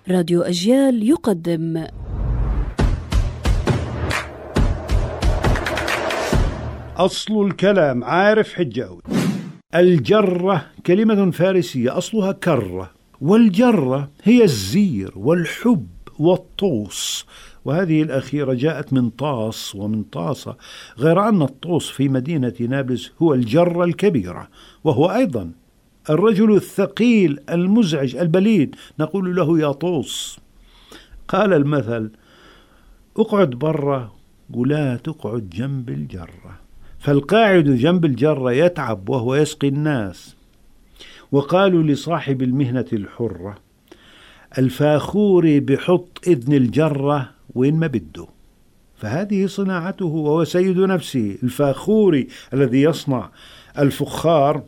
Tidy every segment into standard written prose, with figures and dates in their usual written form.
راديو أجيال يقدم أصل الكلام. عارف حجاوي. الجرة كلمة فارسية أصلها كرة، والجرة هي الزير والحب والطوس، وهذه الأخيرة جاءت من طاس ومن طاسة، غير أن الطوس في مدينة نابلس هو الجرة الكبيرة، وهو أيضا الرجل الثقيل المزعج البليد، نقول له يا طوس. قال المثل: اقعد برا ولا تقعد جنب الجرة، فالقاعد جنب الجرة يتعب وهو يسقي الناس. وقالوا لصاحب المهنة الحرة: الفاخوري بحط إذن الجرة وين ما بده، فهذه صناعته وهو سيد نفسه. الفاخوري الذي يصنع الفخار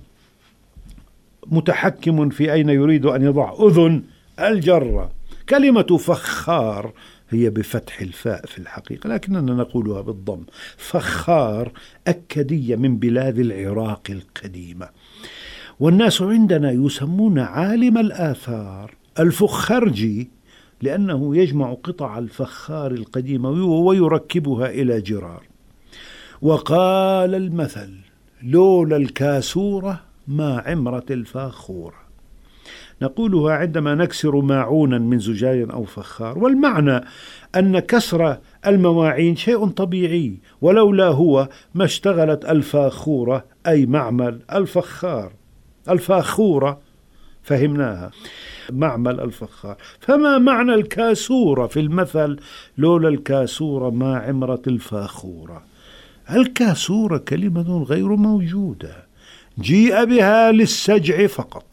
متحكم في أين يريد أن يضع أذن الجرة. كلمة فخار هي بفتح الفاء في الحقيقة، لكننا نقولها بالضم. فخار أكدية من بلاد العراق القديمة، والناس عندنا يسمون عالم الآثار الفخرجي، لأنه يجمع قطع الفخار القديمة ويركبها إلى جرار. وقال المثل: لولا الكاسورة ما عمرت الفاخورة. نقولها عندما نكسر ماعونا من زجاج أو فخار، والمعنى أن كسر المواعين شيء طبيعي، ولولا هو ما اشتغلت الفاخورة، أي معمل الفخار. الفاخورة فهمناها، معمل الفخار. فما معنى الكاسورة في المثل؟ لولا الكاسورة ما عمرت الفاخورة. الكاسورة كلمة غير موجودة، جيء بها للسجع فقط،